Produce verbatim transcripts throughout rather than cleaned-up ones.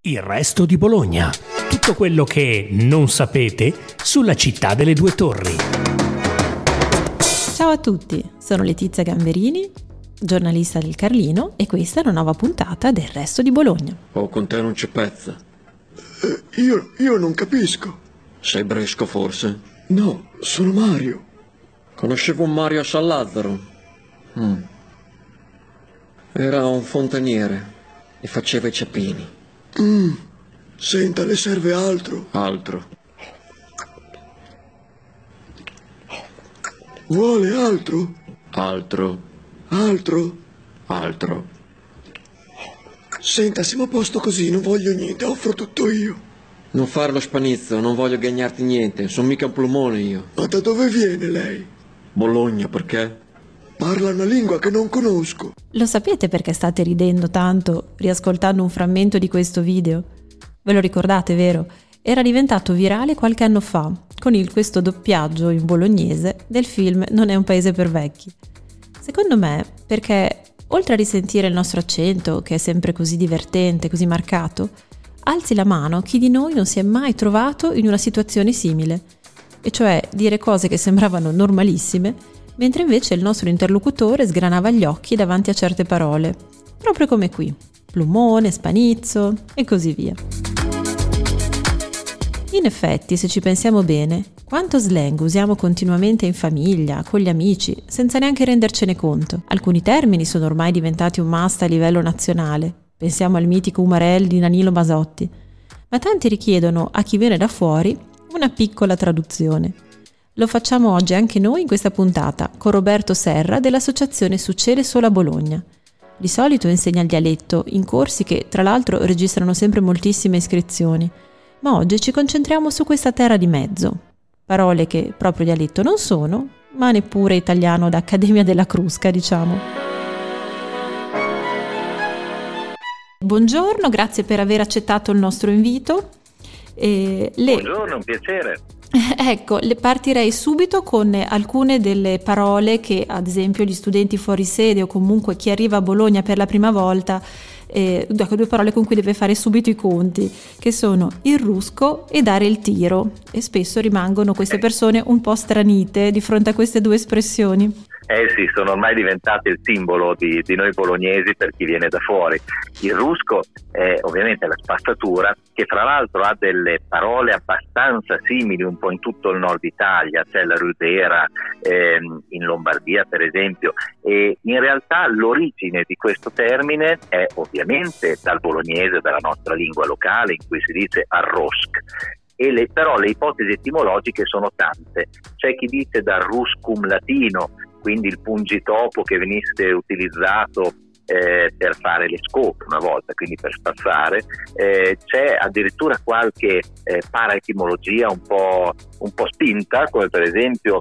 Il resto di Bologna. Tutto quello che non sapete sulla città delle due torri. Ciao a tutti, sono Letizia Gamberini, giornalista del Carlino, e questa è una nuova puntata del Resto di Bologna. Oh, con te non c'è pezza. Eh, io, io non capisco. Sei Bresco forse? No, sono Mario. Conoscevo un Mario a San Lazzaro. Mm. Era un fontaniere e faceva i cepini. Mm. Senta, le serve altro? Altro. Vuole altro? Altro. Altro? Altro. Senta, siamo a posto così, non voglio niente, offro tutto io. Non fare lo spanizzo, non voglio gagnarti niente, sono mica un plumone io. Ma da dove viene lei? Bologna, perché? Parla una lingua che non conosco. Lo sapete perché state ridendo tanto riascoltando un frammento di questo video? Ve lo ricordate, vero? Era diventato virale qualche anno fa, con il questo doppiaggio in bolognese del film Non è un paese per vecchi. Secondo me, perché oltre a risentire il nostro accento, che è sempre così divertente, così marcato, alzi la mano chi di noi non si è mai trovato in una situazione simile, e cioè dire cose che sembravano normalissime, mentre invece il nostro interlocutore sgranava gli occhi davanti a certe parole, proprio come qui, plumone, spanizzo e così via. In effetti, se ci pensiamo bene, quanto slang usiamo continuamente in famiglia, con gli amici, senza neanche rendercene conto. Alcuni termini sono ormai diventati un must a livello nazionale, pensiamo al mitico Umarell di Danilo Masotti, ma tanti richiedono a chi viene da fuori una piccola traduzione. Lo facciamo oggi anche noi in questa puntata con Roberto Serra dell'associazione Succede Solo a Bologna. Di solito insegna il dialetto in corsi che tra l'altro registrano sempre moltissime iscrizioni, ma oggi ci concentriamo su questa terra di mezzo. Parole che proprio dialetto non sono, ma neppure italiano da Accademia della Crusca, diciamo. Buongiorno, grazie per aver accettato il nostro invito. E le... Buongiorno, un piacere. Ecco, le partirei subito con alcune delle parole che, ad esempio, gli studenti fuori sede o comunque chi arriva a Bologna per la prima volta, eh, due parole con cui deve fare subito i conti, che sono il rusco e dare il tiro, e spesso rimangono queste persone un po' stranite di fronte a queste due espressioni. Eh sì, sono ormai diventate il simbolo di, di noi bolognesi per chi viene da fuori. Il rusco è ovviamente la spazzatura, che tra l'altro ha delle parole abbastanza simili un po' in tutto il nord Italia, c'è la rudera ehm, in Lombardia per esempio, e in realtà l'origine di questo termine è ovviamente dal bolognese, dalla nostra lingua locale, in cui si dice arrosc. E le, però le ipotesi etimologiche sono tante. C'è chi dice dal ruscum latino, quindi il pungitopo che venisse utilizzato eh, per fare le scope una volta, quindi per spazzare. Eh, c'è addirittura qualche eh, paraetimologia un po', un po' spinta, come per esempio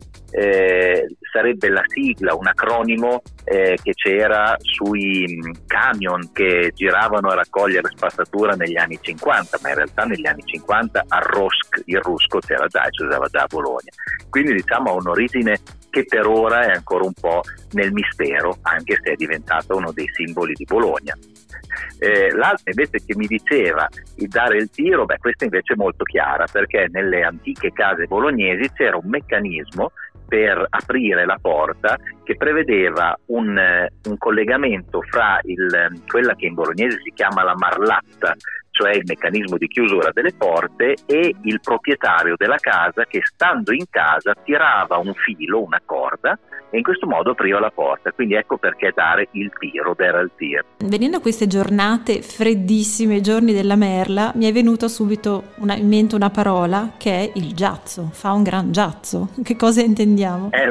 eh, sarebbe la sigla, un acronimo eh, che c'era sui mh, camion che giravano a raccogliere spazzatura negli anni cinquanta, ma in realtà negli anni cinquanta a Rosk, il rusco, c'era già e si usava già a Bologna. Quindi diciamo ha un'origine che per ora è ancora un po' nel mistero, anche se è diventato uno dei simboli di Bologna. Eh, l'altra invece che mi diceva il dare il tiro, beh questa invece è molto chiara, perché nelle antiche case bolognesi c'era un meccanismo per aprire la porta che prevedeva un, un collegamento fra il, quella che in bolognese si chiama la marlatta, cioè il meccanismo di chiusura delle porte, e il proprietario della casa che, stando in casa, tirava un filo, una corda, e in questo modo apriva la porta. Quindi ecco perché dare il tiro, dare il tiro. Venendo a queste giornate freddissime, i giorni della merla, mi è venuta subito una, in mente una parola che è il giazzo. Fa un gran giazzo. Che cosa intendiamo? Eh,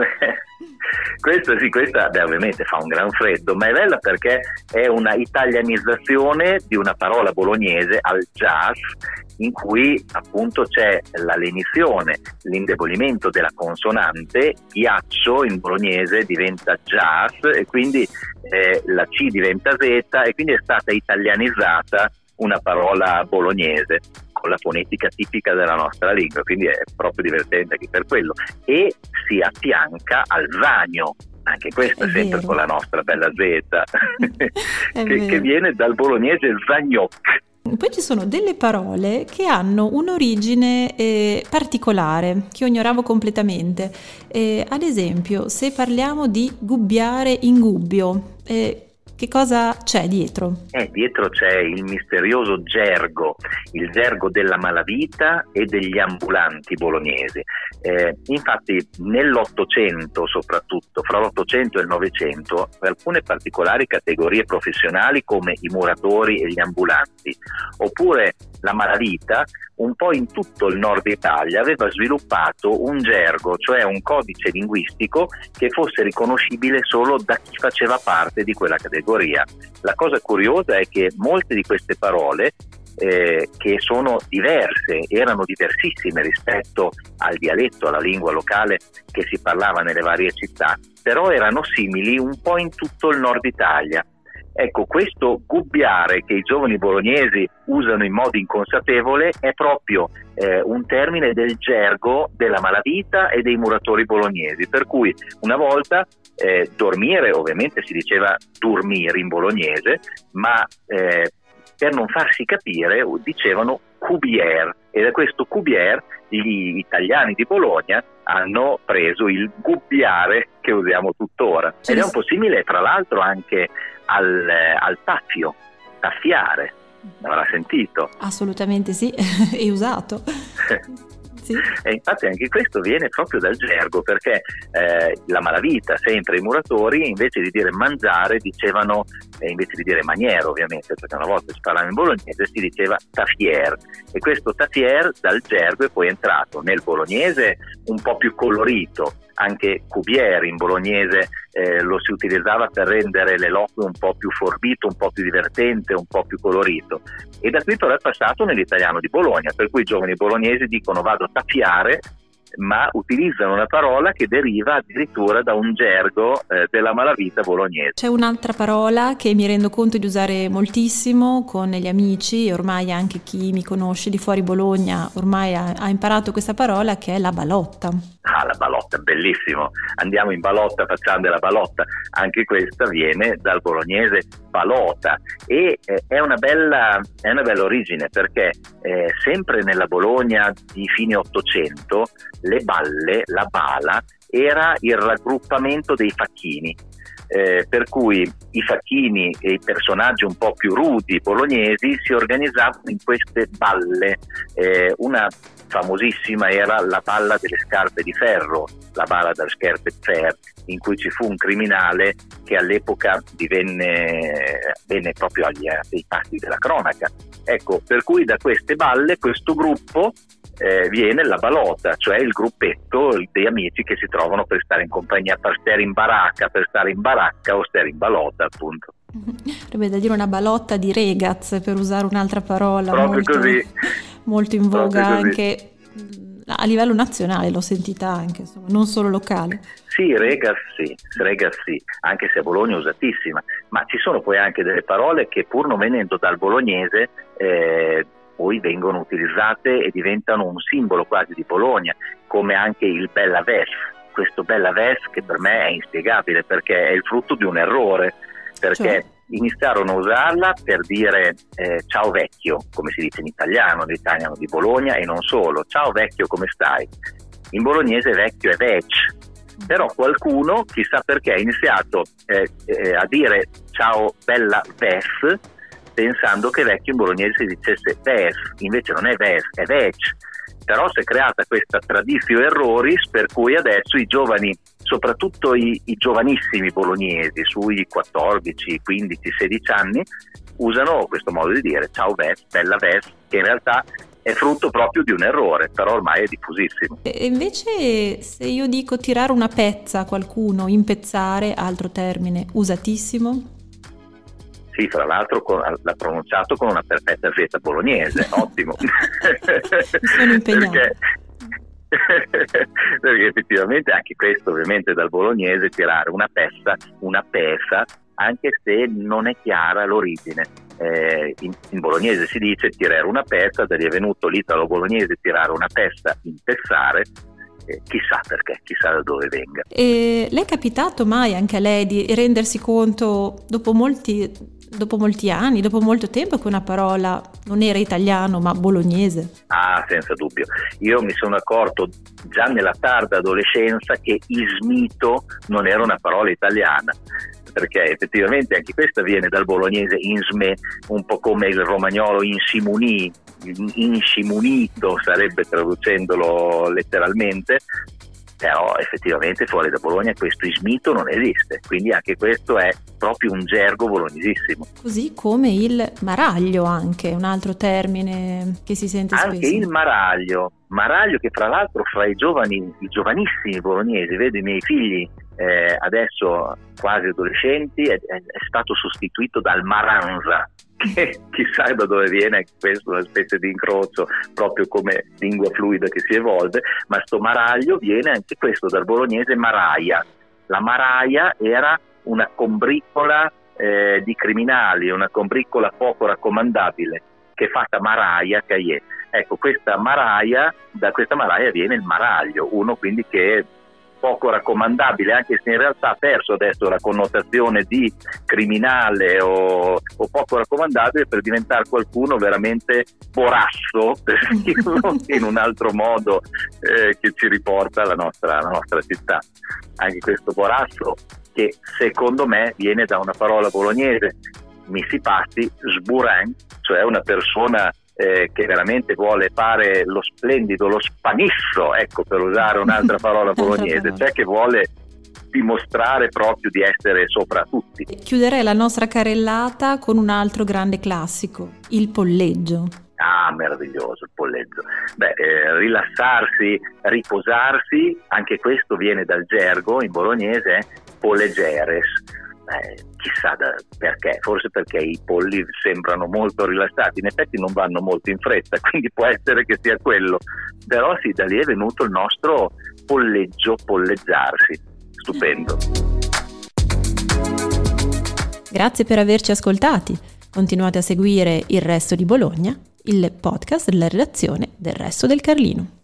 Questa sì, questa beh, ovviamente fa un gran freddo, ma è bella perché è una italianizzazione di una parola bolognese, al jazz, in cui appunto c'è la lenizione, l'indebolimento della consonante. Ghiaccio in bolognese diventa jazz e quindi eh, la C diventa Z, e quindi è stata italianizzata una parola bolognese con la fonetica tipica della nostra lingua, quindi è proprio divertente anche per quello. E si affianca al zagno, anche questa è sempre vero. Con la nostra bella Z, che, che viene dal bolognese zagnoc, Poi ci sono delle parole che hanno un'origine eh, particolare, che io ignoravo completamente. Eh, ad esempio, se parliamo di gubbiare in gubbio, eh, che cosa c'è dietro? Eh, dietro c'è il misterioso gergo, il gergo della malavita e degli ambulanti bolognesi. Eh, infatti nell'Ottocento, soprattutto fra l'Ottocento e il Novecento, alcune particolari categorie professionali come i muratori e gli ambulanti, oppure la malavita, un po' in tutto il nord Italia aveva sviluppato un gergo, cioè un codice linguistico che fosse riconoscibile solo da chi faceva parte di quella categoria. La cosa curiosa è che molte di queste parole, eh, che sono diverse, erano diversissime rispetto al dialetto, alla lingua locale che si parlava nelle varie città, però erano simili un po' in tutto il nord Italia. Ecco, questo gubbiare che i giovani bolognesi usano in modo inconsapevole è proprio eh, un termine del gergo della malavita e dei muratori bolognesi, per cui una volta eh, dormire, ovviamente si diceva dormire in bolognese, ma eh, per non farsi capire dicevano cubier, e da questo cubier gli italiani di Bologna hanno preso il gubbiare che usiamo tuttora, ed è un po' simile tra l'altro anche al, al taffio, taffiare, l'avrà sentito? Assolutamente sì, è usato. Sì. E infatti anche questo viene proprio dal gergo, perché eh, la malavita, sempre i muratori, invece di dire mangiare dicevano, eh, invece di dire maniero ovviamente, perché una volta si parlava in bolognese, si diceva tafier, e questo tafier dal gergo è poi entrato nel bolognese un po' più colorito. Anche cubier in bolognese eh, lo si utilizzava per rendere l'eloquio un po' più forbito, un po' più divertente, un po' più colorito, e da qui però è passato nell'italiano di Bologna, per cui i giovani bolognesi dicono vado a taffiare, ma utilizzano una parola che deriva addirittura da un gergo eh, della malavita bolognese. C'è un'altra parola che mi rendo conto di usare moltissimo con gli amici, e ormai anche chi mi conosce di fuori Bologna ormai ha, ha imparato questa parola, che è la balotta. Ah, la balotta, bellissimo. Andiamo in balotta, facciamo della balotta. Anche questa viene dal bolognese balota, e eh, è una bella è una bella origine, perché eh, sempre nella Bologna di fine Ottocento le balle, la bala, era il raggruppamento dei facchini. Eh, per cui i facchini e i personaggi un po' più rudi bolognesi si organizzavano in queste balle. Eh, una famosissima era la balla delle scarpe di ferro, la balla delle scarpe di ferro, in cui ci fu un criminale che all'epoca divenne venne proprio agli, ai passi della cronaca. Ecco, per cui da queste balle questo gruppo eh, viene la balota, cioè il gruppetto dei amici che si trovano per stare in compagnia, per stare in baracca, per stare in baracca o stare in balota, appunto. Sarebbe da dire una balotta di Regaz, per usare un'altra parola. Proprio molto, così. Molto in voga anche a livello nazionale, l'ho sentita anche, insomma, non solo locale. Sì, Regaz sì, Regaz sì, anche se a Bologna è usatissima, ma ci sono poi anche delle parole che, pur non venendo dal bolognese, eh, poi vengono utilizzate e diventano un simbolo quasi di Bologna, come anche il bella ves. Questo bella ves che per me è inspiegabile, perché è il frutto di un errore, perché cioè? iniziarono a usarla per dire eh, ciao vecchio, come si dice in italiano, l'italiano di Bologna, e non solo, ciao vecchio come stai? In bolognese vecchio è vec, però qualcuno, chissà perché, ha iniziato eh, eh, a dire ciao bella ves, pensando che vecchio in bolognese si dicesse ves, invece non è ves, è vec. Però si è creata questa traditio erroris, per cui adesso i giovani, soprattutto i, i giovanissimi bolognesi sui quattordici, quindici, sedici anni, usano questo modo di dire ciao ves, bella ves, che in realtà è frutto proprio di un errore, però ormai è diffusissimo. E invece se io dico tirare una pezza a qualcuno, impezzare, altro termine usatissimo? Sì, fra l'altro con, l'ha pronunciato con una perfetta Z bolognese, ottimo. Mi sono impegnato. Perché, perché effettivamente anche questo ovviamente dal bolognese, tirare una pezza, una pesa, anche se non è chiara l'origine. Eh, in, in bolognese si dice tirare una pezza, da lì è venuto l'italo bolognese tirare una pezza, impezzare. Eh, chissà perché, chissà da dove venga. E le è capitato mai anche a lei di rendersi conto, dopo molti dopo molti anni, dopo molto tempo che una parola non era italiano ma bolognese. Ah, senza dubbio. Io mi sono accorto già nella tarda adolescenza che ismito non era una parola italiana, perché effettivamente anche questa viene dal bolognese insme, un po' come il romagnolo insimunì, inscimunito sarebbe traducendolo letteralmente, però effettivamente fuori da Bologna questo ismito non esiste, quindi anche questo è proprio un gergo bolognesissimo. Così come il maraglio, anche un altro termine che si sente anche spesso. Anche il maraglio, maraglio che fra l'altro fra i giovani, i giovanissimi bolognesi, vedo i miei figli eh, adesso quasi adolescenti, è, è, è stato sostituito dal maranza, che chissà da dove viene, questo è una specie di incrocio proprio come lingua fluida che si evolve, ma sto maraglio viene anche questo dal bolognese maraia. La maraia era una combriccola eh, di criminali, una combriccola poco raccomandabile, che è fatta maraia cahier. Ecco, questa maraia, da questa maraia viene il maraglio, uno quindi che è poco raccomandabile, anche se in realtà ha perso adesso la connotazione di criminale o, o poco raccomandabile per diventare qualcuno veramente borasso, per dirlo in un altro modo eh, che ci riporta alla nostra, alla nostra città. Anche questo borasso, che secondo me viene da una parola bolognese, mi si passi, sburan, cioè una persona Eh, che veramente vuole fare lo splendido, lo spanisso, ecco, per usare un'altra parola bolognese, cioè che vuole dimostrare proprio di essere sopra tutti. Chiuderei la nostra carrellata con un altro grande classico, il polleggio. Ah, meraviglioso il polleggio. Beh, eh, rilassarsi, riposarsi, anche questo viene dal gergo in bolognese, eh? Polleggeres. Eh, chissà da, perché, forse perché i polli sembrano molto rilassati, in effetti non vanno molto in fretta, quindi può essere che sia quello, però sì, da lì è venuto il nostro polleggio, polleggiarsi, stupendo. Grazie per averci ascoltati, continuate a seguire Il Resto di Bologna, il podcast della redazione del Resto del Carlino.